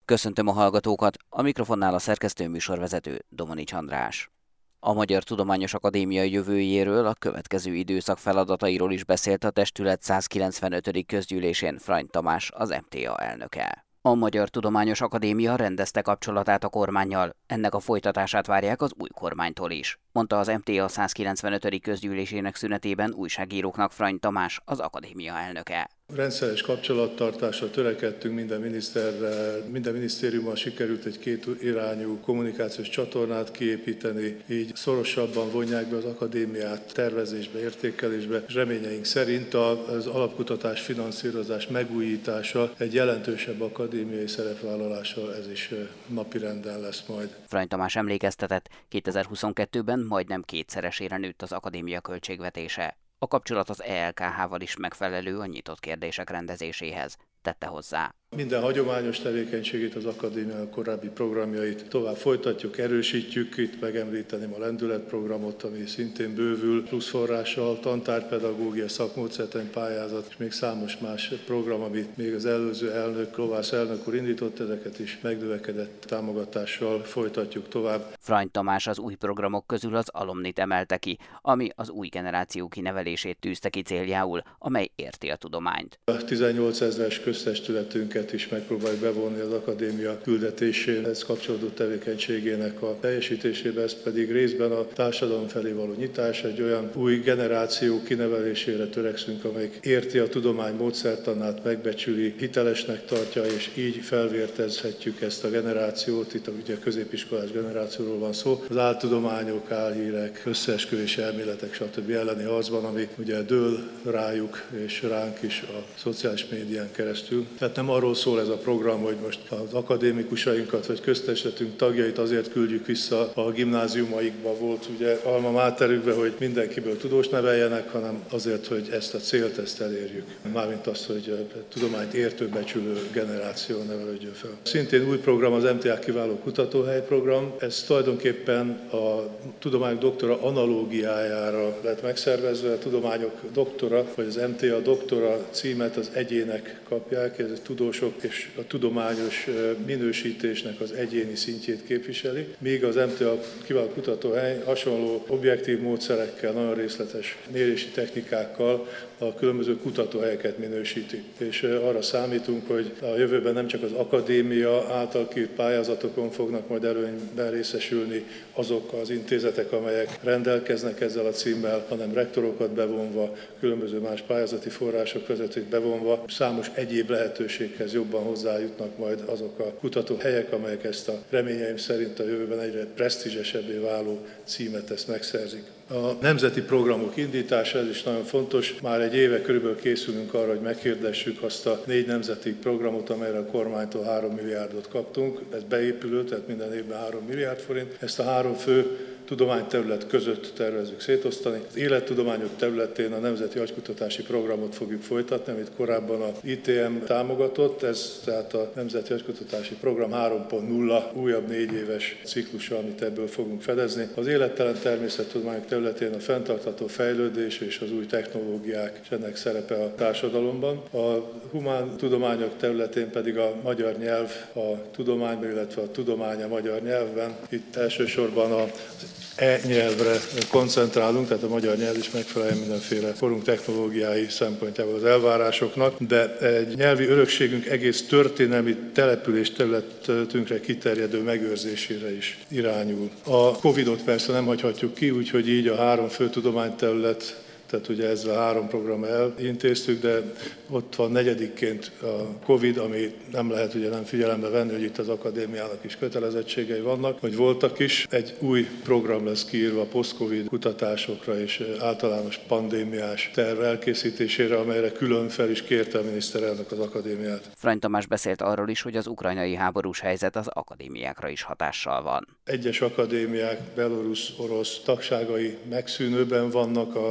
Köszöntöm a hallgatókat, a mikrofonnál a szerkesztő műsorvezető Domanics András. A Magyar Tudományos Akadémia jövőjéről, a következő időszak feladatairól is beszélt a testület 195. közgyűlésén Frany Tamás, az MTA elnöke. A Magyar Tudományos Akadémia rendezte kapcsolatát a kormánnyal, ennek a folytatását várják az új kormánytól is, mondta az MTA 195. közgyűlésének szünetében újságíróknak Frany Tamás, az akadémia elnöke. Rendszeres kapcsolattartásra törekedtünk minden miniszterrel, minden minisztériummal sikerült egy kétirányú kommunikációs csatornát kiépíteni, így szorosabban vonják be az akadémiát tervezésbe, értékelésbe, és reményeink szerint az alapkutatás finanszírozás megújítása egy jelentősebb akadémiai szerepvállalással ez is napirenden lesz majd. Frany Tamás emlékeztetett, 2022-ben majdnem kétszeresére nőtt az akadémia költségvetése. A kapcsolat az ELKH-val is megfelelő a nyitott kérdések rendezéséhez, tette hozzá. Minden hagyományos tevékenységét, az akadémia korábbi programjait tovább folytatjuk, erősítjük. Itt megemlíteném a lendületprogramot, ami szintén bővül, plusz forrással, tantárpedagógia, szakmódszertani pályázat, és még számos más program, amit még az előző elnök, Lovász elnök úr indított, ezeket is megnövekedett támogatással folytatjuk tovább. Frany Tamás az új programok közül az Alumnit emelte ki, ami az új generáció kinevelését tűzte ki céljául, amely érti a tudományt. A 18 000-es köztestületünket is megpróbáljuk bevonni az akadémia küldetéséhez kapcsolódó tevékenységének a teljesítésébe, ez pedig részben a társadalom felé való nyitás, egy olyan új generáció kinevelésére törekszünk, amelyik érti a tudomány módszertanát, megbecsüli, hitelesnek tartja, és így felvértezhetjük ezt a generációt. Itt ugye a középiskolás generációról van szó. Az áltudományok, álhírek, összeesküvési elméletek, stb. Elleni harcban, ami ugye dől rájuk és ránk is a szociális médián keresztül. Tehát nem arról szól ez a program, hogy most az akadémikusainkat vagy köztestületünk tagjait azért küldjük vissza a gimnáziumaikba, volt ugye alma máterükbe, hogy mindenkiből tudós neveljenek, hanem azért, hogy ezt a célt elérjük. Mármint azt, hogy a tudományt értő, becsülő generáció nevelődjön fel. Szintén új program az MTA kiváló kutatóhely program. Ez tulajdonképpen a tudományok doktora analógiájára lett megszervezve. A tudományok doktora, vagy az MTA doktora címet az egyének kapják, ez a tudósok és a tudományos minősítésnek az egyéni szintjét képviseli, míg az MTA kiváló kutatóhely hasonló objektív módszerekkel, nagyon részletes mérési technikákkal a különböző kutatóhelyeket minősíti. És arra számítunk, hogy a jövőben nem csak az akadémia által kiírt pályázatokon fognak majd előnyben részesülni azok az intézetek, amelyek rendelkeznek ezzel a címmel, hanem rektorokat bevonva, különböző más pályázati források vezetőit bevonva, számos egyéb lehetőséghez jobban hozzájutnak majd azok a kutatóhelyek, amelyek ezt a reményeim szerint a jövőben egyre presztízsesebbé váló címet ezt megszerzik. A nemzeti programok indítása, ez is nagyon fontos. Már egy éve körülbelül készülünk arra, hogy meghirdessük azt a 4 nemzeti programot, amelyre a kormánytól 3 milliárdot kaptunk. Ez beépülő, tehát minden évben 3 milliárd forint. Ezt a 3 fő tudományterület között tervezzük szétosztani. Az élettudományok területén a Nemzeti Agykutatási Programot fogjuk folytatni, amit korábban a ITM támogatott, ez tehát a Nemzeti Agykutatási Program 3.0 újabb 4 éves ciklusa, amit ebből fogunk fedezni. Az élettelen természettudományok területén a fenntartható fejlődés és az új technológiák, és ennek szerepe a társadalomban. A humán tudományok területén pedig a magyar nyelv a tudományban, illetve a tudomány a magyar nyelvben. Itt elsősorban az e-nyelvre koncentrálunk, tehát a magyar nyelv is megfelel mindenféle korunk technológiái szempontjából az elvárásoknak, de egy nyelvi örökségünk egész történelmi település területünkre kiterjedő megőrzésére is irányul. A Covid-ot persze nem hagyhatjuk ki, úgyhogy így a 3 fő tudományterület, tehát ugye ezzel 3 program elintéztük, de ott van negyedikként a Covid, ami nem lehet ugye nem figyelembe venni, hogy itt az akadémiának is kötelezettségei vannak, vagy voltak is. Egy új program lesz kiírva a post-Covid kutatásokra és általános pandémiás terv elkészítésére, amelyre külön fel is kérte a miniszterelnök az akadémiát. Frany Tamás beszélt arról is, hogy az ukrajnai háborús helyzet az akadémiákra is hatással van. Egyes akadémiák belorusz, orosz tagságai megszűnőben vannak az Európai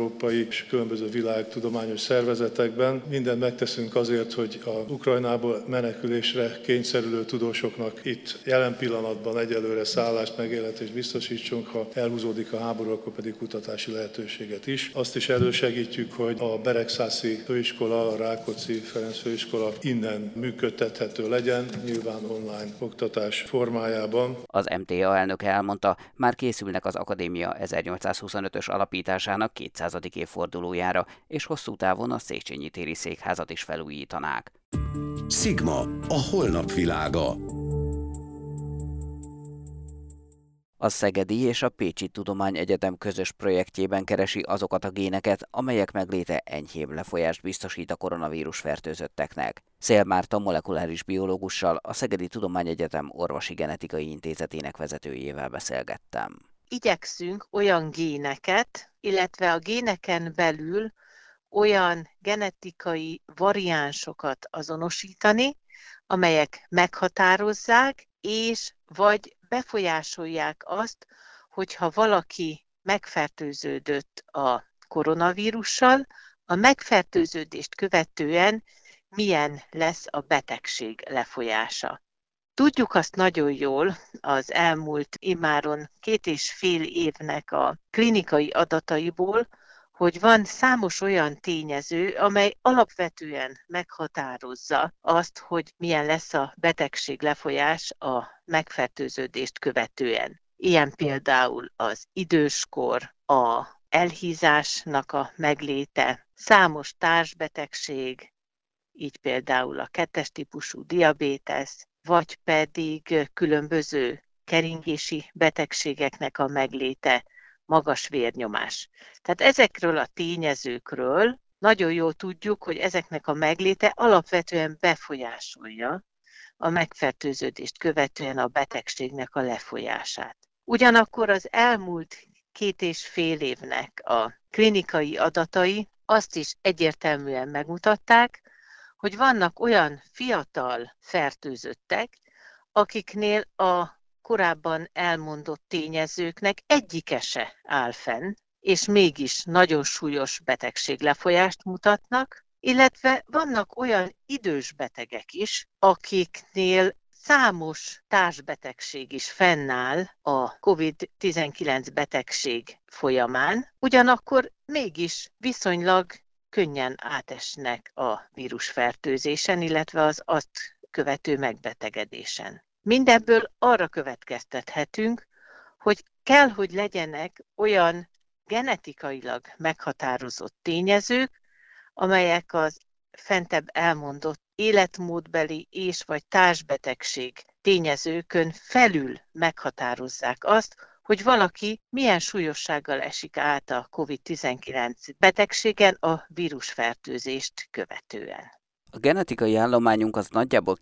európai és különböző világtudományos szervezetekben. Mindent megteszünk azért, hogy a Ukrajnából menekülésre kényszerülő tudósoknak itt jelen pillanatban egyelőre szállást, megélhetést biztosítsunk, ha elhúzódik a háború, akkor pedig kutatási lehetőséget is. Azt is elősegítjük, hogy a Beregszászi főiskola, a Rákóczi Ferenc főiskola innen működtethető legyen, nyilván online oktatás formájában. Az MTA elnöke elmondta, már készülnek az akadémia 1825-ös alapításának 200. évfordulójára, és hosszú távon a Széchenyi téri székházat is felújítanák. Sigma, a holnap világa. A Szegedi és a Pécsi Tudományegyetem közös projektjében keresi azokat a géneket, amelyek megléte enyhébb lefolyást biztosít a koronavírus fertőzötteknek. Szél Márta molekuláris biológussal, a Szegedi Tudományegyetem Orvosi Genetikai Intézetének vezetőjével beszélgettem. Igyekszünk olyan géneket, illetve a géneken belül olyan genetikai variánsokat azonosítani, amelyek meghatározzák, és vagy befolyásolják azt, hogyha valaki megfertőződött a koronavírussal, a megfertőződést követően milyen lesz a betegség lefolyása. Tudjuk azt nagyon jól az elmúlt immáron 2,5 évnek a klinikai adataiból, hogy van számos olyan tényező, amely alapvetően meghatározza azt, hogy milyen lesz a betegség lefolyás a megfertőződést követően. Ilyen például az időskor, a elhízásnak a megléte, számos társbetegség, így például a 2-es típusú diabétesz, vagy pedig különböző keringési betegségeknek a megléte, magas vérnyomás. Tehát ezekről a tényezőkről nagyon jól tudjuk, hogy ezeknek a megléte alapvetően befolyásolja a megfertőződést követően a betegségnek a lefolyását. Ugyanakkor az elmúlt 2,5 évnek a klinikai adatai azt is egyértelműen megmutatták, hogy vannak olyan fiatal fertőzöttek, akiknél a korábban elmondott tényezőknek egyike se áll fenn, és mégis nagyon súlyos betegséglefolyást mutatnak, illetve vannak olyan idős betegek is, akiknél számos társbetegség is fennáll a COVID-19 betegség folyamán, ugyanakkor mégis viszonylag könnyen átesnek a vírusfertőzésen, illetve az azt követő megbetegedésen. Mindebből arra következtethetünk, hogy kell, hogy legyenek olyan genetikailag meghatározott tényezők, amelyek az fentebb elmondott életmódbeli és vagy társbetegség tényezőkön felül meghatározzák azt, hogy valaki milyen súlyossággal esik át a COVID-19 betegségen a vírusfertőzést követően. A genetikai állományunk az nagyjából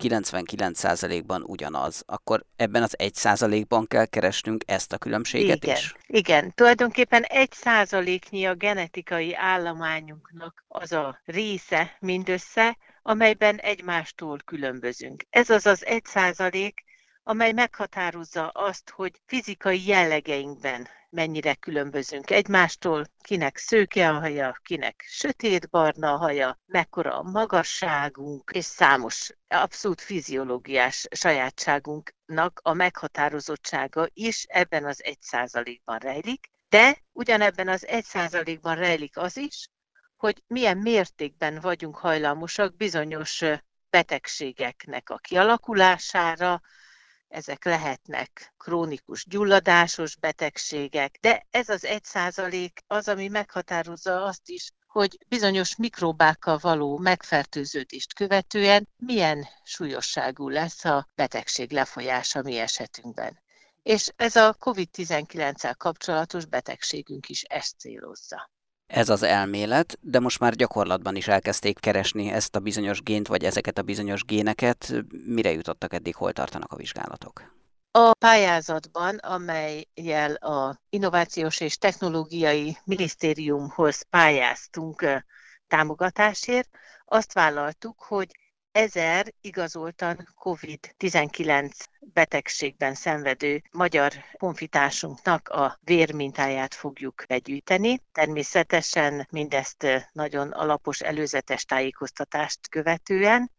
99%-ban ugyanaz, akkor ebben az 1%-ban kell keresnünk ezt a különbséget is? Igen, tulajdonképpen 1%-nyi a genetikai állományunknak az a része mindössze, amelyben egymástól különbözünk. Ez az az 1%, amely meghatározza azt, hogy fizikai jellegeinkben mennyire különbözünk egymástól, kinek szőke a haja, kinek sötétbarna a haja, mekkora a magasságunk, és számos abszolút fiziológiás sajátságunknak a meghatározottsága is ebben az 1%-ban rejlik, de ugyanebben az 1%-ban rejlik az is, hogy milyen mértékben vagyunk hajlamosak bizonyos betegségeknek a kialakulására. Ezek lehetnek krónikus gyulladásos betegségek, de ez az 1% az, ami meghatározza azt is, hogy bizonyos mikróbákkal való megfertőződést követően milyen súlyosságú lesz a betegség lefolyása mi esetünkben. És ez a COVID-19-el kapcsolatos betegségünk is ezt célozza. Ez az elmélet, de most már gyakorlatban is elkezdték keresni ezt a bizonyos gént, vagy ezeket a bizonyos géneket. Mire jutottak eddig, hol tartanak a vizsgálatok? A pályázatban, amellyel a Innovációs és Technológiai Minisztériumhoz pályáztunk támogatásért, azt vállaltuk, hogy 1000 igazoltan COVID-19 betegségben szenvedő magyar honfitársunknak a vérmintáját fogjuk begyűjteni. Természetesen mindezt nagyon alapos előzetes tájékoztatást követően,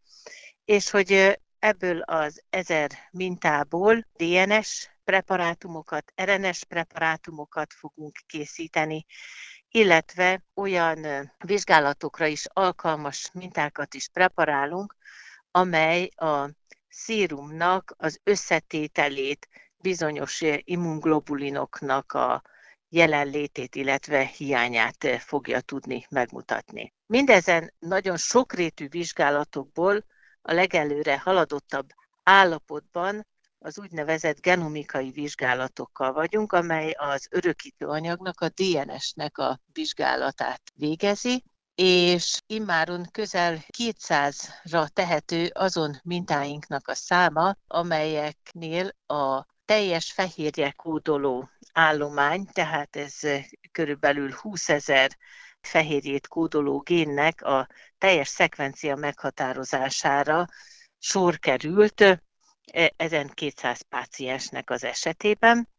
és hogy ebből az 1000 mintából DNS preparátumokat, RNS preparátumokat fogunk készíteni, illetve olyan vizsgálatokra is alkalmas mintákat is preparálunk, amely a szérumnak az összetételét, bizonyos immunglobulinoknak a jelenlétét, illetve hiányát fogja tudni megmutatni. Mindezen nagyon sokrétű vizsgálatokból a legelőre haladottabb állapotban az úgynevezett genomikai vizsgálatokkal vagyunk, amely az örökítő anyagnak, a DNS-nek a vizsgálatát végezi, és immáron közel 200-ra tehető azon mintáinknak a száma, amelyeknél a teljes fehérje kódoló állomány, tehát ez körülbelül 20 000 fehérjét kódoló génnek a teljes szekvencia meghatározására sor került ezen 200 páciensnek az esetében,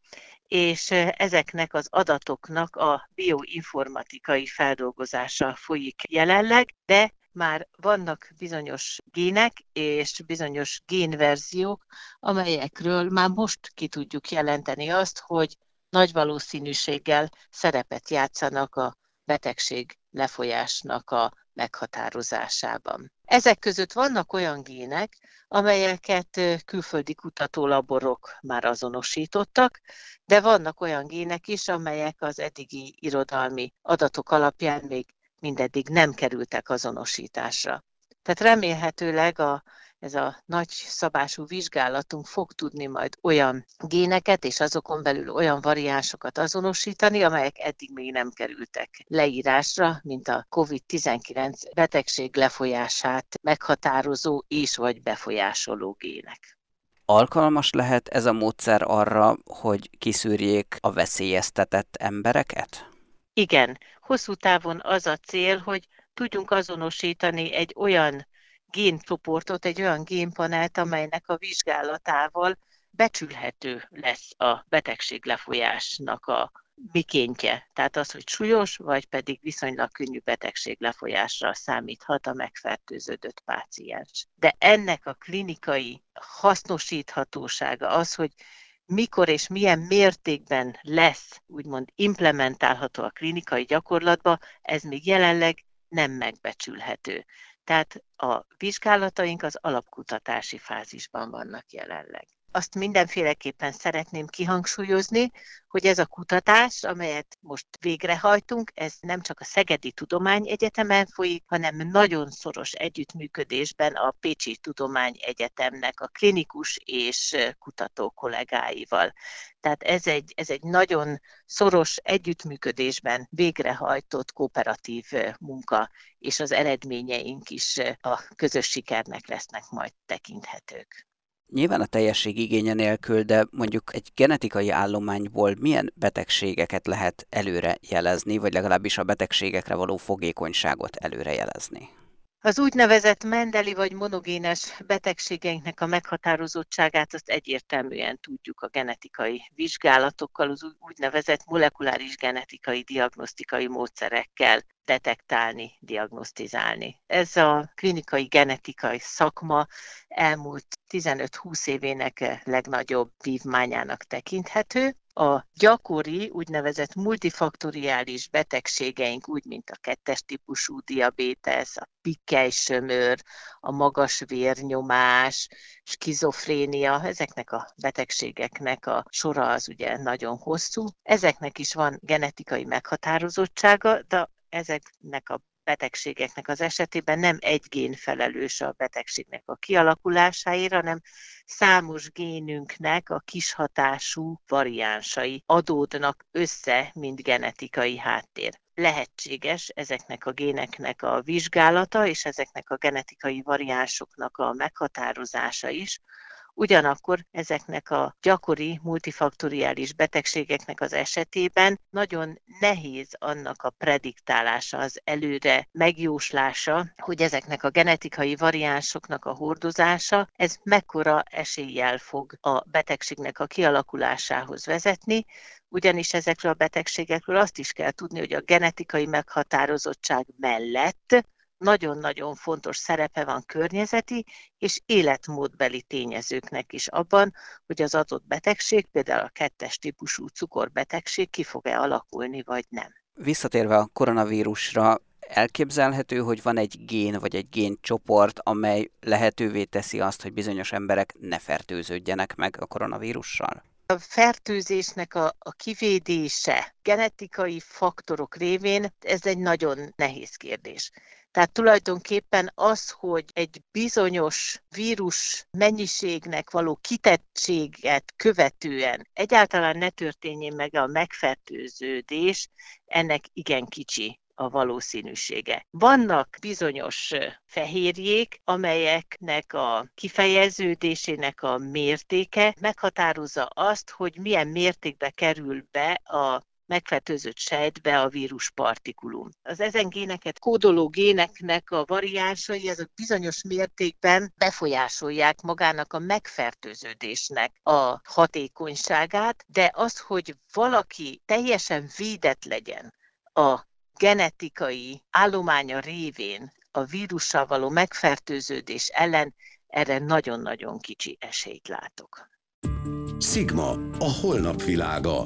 és ezeknek az adatoknak a bioinformatikai feldolgozása folyik jelenleg, de már vannak bizonyos gének és bizonyos génverziók, amelyekről már most ki tudjuk jelenteni azt, hogy nagy valószínűséggel szerepet játszanak a betegség lefolyásnak a meghatározásában. Ezek között vannak olyan gének, amelyeket külföldi kutatólaborok már azonosítottak, de vannak olyan gének is, amelyek az eddigi irodalmi adatok alapján még mindeddig nem kerültek azonosításra. Tehát remélhetőleg ez a nagy szabású vizsgálatunk fog tudni majd olyan géneket és azokon belül olyan variánsokat azonosítani, amelyek eddig még nem kerültek leírásra, mint a COVID-19 betegség lefolyását meghatározó és vagy befolyásoló gének. Alkalmas lehet ez a módszer arra, hogy kiszűrjék a veszélyeztetett embereket? Igen, hosszú távon az a cél, hogy tudjunk azonosítani egy olyan géncsoportot, egy olyan génpanelt, amelynek a vizsgálatával becsülhető lesz a betegség lefolyásnak a mikéntje. Tehát az, hogy súlyos, vagy pedig viszonylag könnyű betegség lefolyásra számíthat a megfertőződött páciens. De ennek a klinikai hasznosíthatósága az, hogy mikor és milyen mértékben lesz úgymond implementálható a klinikai gyakorlatba, ez még jelenleg nem megbecsülhető. Tehát a vizsgálataink az alapkutatási fázisban vannak jelenleg. Azt mindenféleképpen szeretném kihangsúlyozni, hogy ez a kutatás, amelyet most végrehajtunk, ez nem csak a Szegedi Tudományegyetemen folyik, hanem nagyon szoros együttműködésben a Pécsi Tudományegyetemnek a klinikus és kutató kollégáival. Tehát ez egy nagyon szoros együttműködésben végrehajtott kooperatív munka, és az eredményeink is a közös sikernek lesznek majd tekinthetők. Nyilván a teljesség igénye nélkül, de mondjuk egy genetikai állományból milyen betegségeket lehet előre jelezni, vagy legalábbis a betegségekre való fogékonyságot előre jelezni? Az úgynevezett mendeli vagy monogénes betegségeinknek a meghatározottságát azt egyértelműen tudjuk a genetikai vizsgálatokkal, az úgynevezett molekuláris genetikai diagnosztikai módszerekkel detektálni, diagnosztizálni. Ez a klinikai genetikai szakma elmúlt 15-20 évének legnagyobb vívmányának tekinthető. A gyakori úgynevezett multifaktoriális betegségeink, úgy mint a 2-es típusú diabétesz, a pikkely-sömör, a magas vérnyomás, skizofrénia, ezeknek a betegségeknek a sora az ugye nagyon hosszú. Ezeknek is van genetikai meghatározottsága, de ezeknek a betegségeknek az esetében nem egy gén felelős a betegségnek a kialakulásáért, hanem számos génünknek a kishatású variánsai adódnak össze, mint genetikai háttér. Lehetséges ezeknek a géneknek a vizsgálata és ezeknek a genetikai variánsoknak a meghatározása is, Ugyanakkor ezeknek a gyakori multifaktoriális betegségeknek az esetében nagyon nehéz annak a prediktálása, az előre megjóslása, hogy ezeknek a genetikai variánsoknak a hordozása, ez mekkora eséllyel fog a betegségnek a kialakulásához vezetni, ugyanis ezekről a betegségekről azt is kell tudni, hogy a genetikai meghatározottság mellett nagyon-nagyon fontos szerepe van környezeti és életmódbeli tényezőknek is abban, hogy az adott betegség, például a 2-es típusú cukorbetegség ki fog-e alakulni, vagy nem. Visszatérve a koronavírusra, elképzelhető, hogy van egy gén vagy egy géncsoport, amely lehetővé teszi azt, hogy bizonyos emberek ne fertőződjenek meg a koronavírussal? A fertőzésnek a kivédése genetikai faktorok révén, ez egy nagyon nehéz kérdés. Tehát tulajdonképpen az, hogy egy bizonyos vírus mennyiségnek való kitettséget követően egyáltalán ne történjen meg a megfertőződés, ennek igen kicsi a valószínűsége. Vannak bizonyos fehérjék, amelyeknek a kifejeződésének a mértéke meghatározza azt, hogy milyen mértékbe kerül be a megfertőzött sejtbe a víruspartikulum. Az ezen géneket kódoló géneknek a variánsai azok bizonyos mértékben befolyásolják magának a megfertőződésnek a hatékonyságát, de az, hogy valaki teljesen védett legyen a genetikai állománya révén a vírussal való megfertőződés ellen, erre nagyon-nagyon kicsi esélyt látok. Sigma, a holnap világa.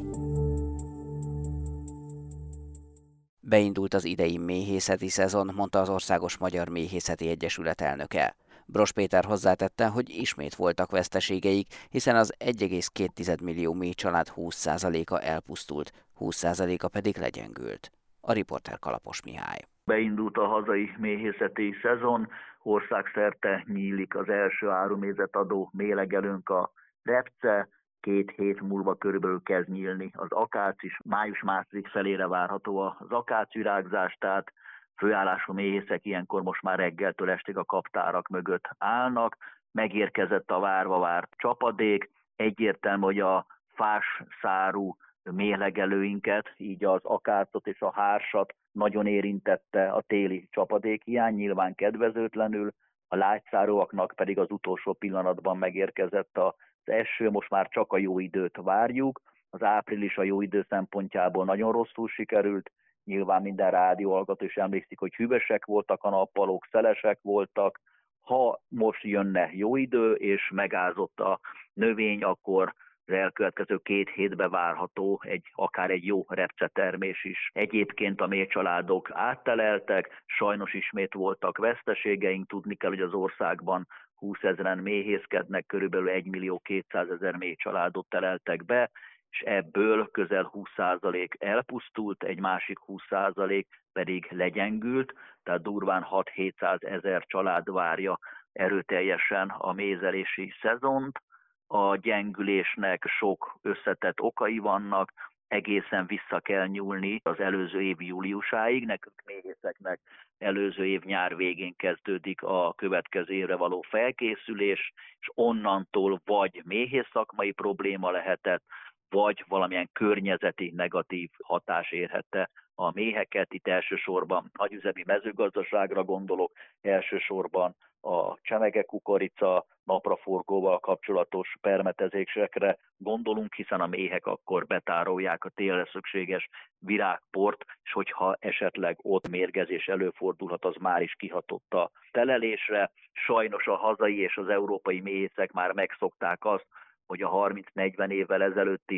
Beindult az idei méhészeti szezon, mondta az Országos Magyar Méhészeti Egyesület elnöke. Bros Péter hozzátette, hogy ismét voltak veszteségeik, hiszen az 1,2 millió méhcsalád 20%-a elpusztult, 20%-a pedig legyengült. A riporter Kalapos Mihály. Beindult a hazai méhészeti szezon, országszerte nyílik az első árumézet adó méhlegelőnk, a repce, 2 hét múlva körülbelül kezd nyílni az akác is, május-második felére várható az akácvirágzás, tehát főállású méhészek ilyenkor most már reggeltől estig a kaptárak mögött állnak, megérkezett a várva várt csapadék, egyértelmű, hogy a fás szárú méhlegelőinket, így az akácot és a hársat nagyon érintette a téli csapadékhiány, nyilván kedvezőtlenül, a lágyszárúaknak pedig az utolsó pillanatban megérkezett az eső, most már csak a jó időt várjuk. Az április a jó idő szempontjából nagyon rosszul sikerült, nyilván minden rádióhallgató is emlékszik, hogy hűvösek voltak a nappalok, szelesek voltak. Ha most jönne jó idő és megázott a növény, akkor az elkövetkező 2 hétben várható akár egy jó repcetermés is. Egyébként a méhcsaládok átteleltek, sajnos ismét voltak veszteségeink, tudni kell, hogy az országban 20 000 méhészkednek, körülbelül 1.200.000 méhcsaládot teleltek be, és ebből közel 20% elpusztult, egy másik 20% pedig legyengült, tehát durván 6-700 000 család várja erőteljesen a méhezelési szezont. A gyengülésnek sok összetett okai vannak, egészen vissza kell nyúlni az előző év júliusáig, nekünk méhészeknek előző év nyár végén kezdődik a következő évre való felkészülés, és onnantól vagy méhész szakmai probléma lehetett, vagy valamilyen környezeti negatív hatás érhette a méheket. Itt elsősorban nagyüzemi mezőgazdaságra gondolok, elsősorban a csemege kukorica, napraforgóval kapcsolatos permetezésekre gondolunk, hiszen a méhek akkor betárolják a télre szükséges virágport, és hogyha esetleg ott mérgezés előfordulhat, az már is kihatott a telelésre. Sajnos a hazai és az európai méhészek már megszokták azt, hogy a 30-40 évvel ezelőtti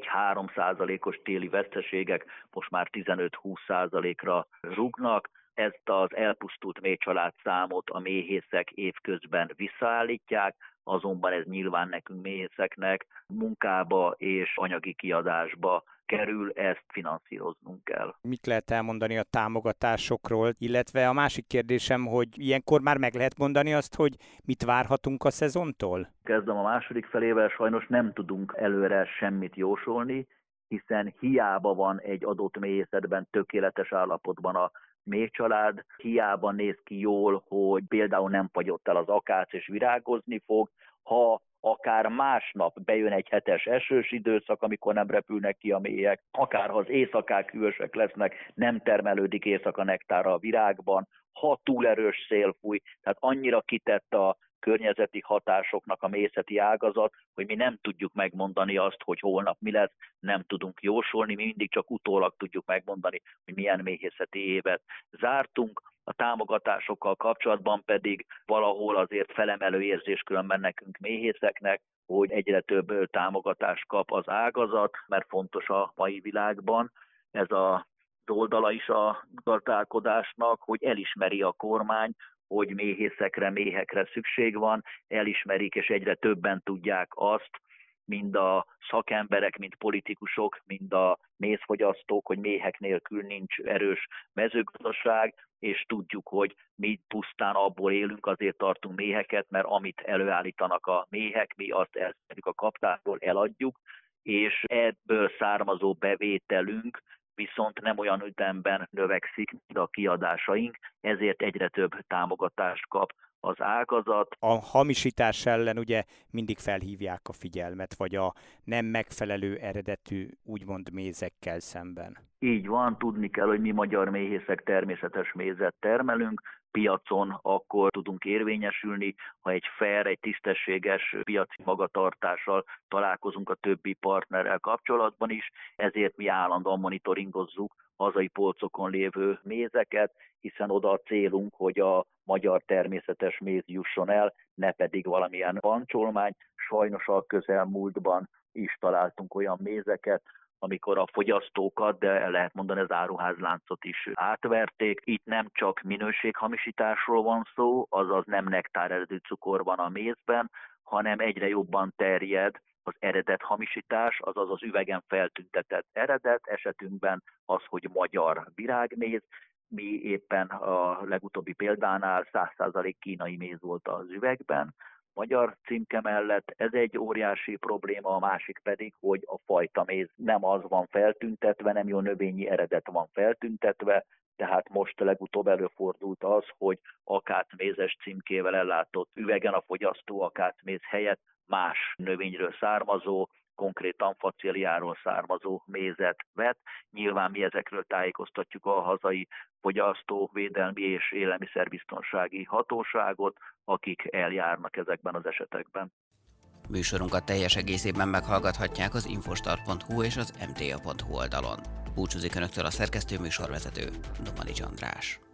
1-3%-os téli veszteségek most már 15-20%-ra rúgnak. Ezt az elpusztult méhcsalád számot a méhészek évközben visszaállítják, azonban ez nyilván nekünk méhészeknek munkába és anyagi kiadásba kerül, ezt finanszíroznunk kell. Mit lehet elmondani a támogatásokról, illetve a másik kérdésem, hogy ilyenkor már meg lehet mondani azt, hogy mit várhatunk a szezontól? Kezdem a második felével, sajnos nem tudunk előre semmit jósolni, hiszen hiába van egy adott méhészetben tökéletes állapotban a méhcsalád, hiába néz ki jól, hogy például nem fagyott el az akác és virágozni fog, ha akár másnap bejön egy hetes esős időszak, amikor nem repülnek ki a méhek, akár ha az éjszakák hűvösek lesznek, nem termelődik éjszaka nektára a virágban, ha túl erős szél fúj, tehát annyira kitett a környezeti hatásoknak a méhészeti ágazat, hogy mi nem tudjuk megmondani azt, hogy holnap mi lesz, nem tudunk jósolni, mi mindig csak utólag tudjuk megmondani, hogy milyen méhészeti évet zártunk. A támogatásokkal kapcsolatban pedig valahol azért felemelő érzés különben nekünk méhészeknek, hogy egyre több támogatást kap az ágazat, mert fontos a mai világban ez az oldala is a gazdálkodásnak, hogy elismeri a kormány, hogy méhészekre, méhekre szükség van, elismerik és egyre többen tudják azt, mind a szakemberek, mind politikusok, mind a mézfogyasztók, hogy méhek nélkül nincs erős mezőgazdaság, és tudjuk, hogy mi pusztán abból élünk, azért tartunk méheket, mert amit előállítanak a méhek, mi azt elszedjük a kaptárból, eladjuk, és ebből származó bevételünk viszont nem olyan ütemben növekszik, mint a kiadásaink, ezért egyre több támogatást kap az ágazat. A hamisítás ellen ugye mindig felhívják a figyelmet, vagy a nem megfelelő eredetű úgymond mézekkel szemben. Így van, tudni kell, hogy mi magyar méhészek természetes mézet termelünk, piacon akkor tudunk érvényesülni, ha egy fair, egy tisztességes piaci magatartással találkozunk a többi partnerrel kapcsolatban is, ezért mi állandóan monitoringozzuk hazai polcokon lévő mézeket, hiszen oda a célunk, hogy a magyar természetes méz jusson el, ne pedig valamilyen pancsolmány. Sajnos a közelmúltban is találtunk olyan mézeket, amikor a fogyasztókat, de lehet mondani az áruházláncot is átverték. Itt nem csak minőséghamisításról van szó, azaz nem nektár eredetű cukor van a mézben, hanem egyre jobban terjed az eredethamisítás, azaz az üvegen feltüntetett eredet, esetünkben az, hogy magyar virágméz. Mi éppen a legutóbbi példánál 100% kínai méz volt az üvegben, magyar címke mellett. Ez egy óriási probléma, a másik pedig, hogy a fajta méz nem az van feltüntetve, nem jó növényi eredet van feltüntetve, tehát most legutóbb előfordult az, hogy akácmézes címkével ellátott üvegen a fogyasztó akácméz helyett más növényről származó, konkrétan facéliáról származó mézet vett. Nyilván mi ezekről tájékoztatjuk a hazai fogyasztóvédelmi és élelmiszerbiztonsági hatóságot, akik eljárnak ezekben az esetekben. Műsorunkat teljes egészében meghallgathatják az infostart.hu és az mta.hu oldalon. Búcsúzik Önöktől a szerkesztő műsorvezető, Domanics András.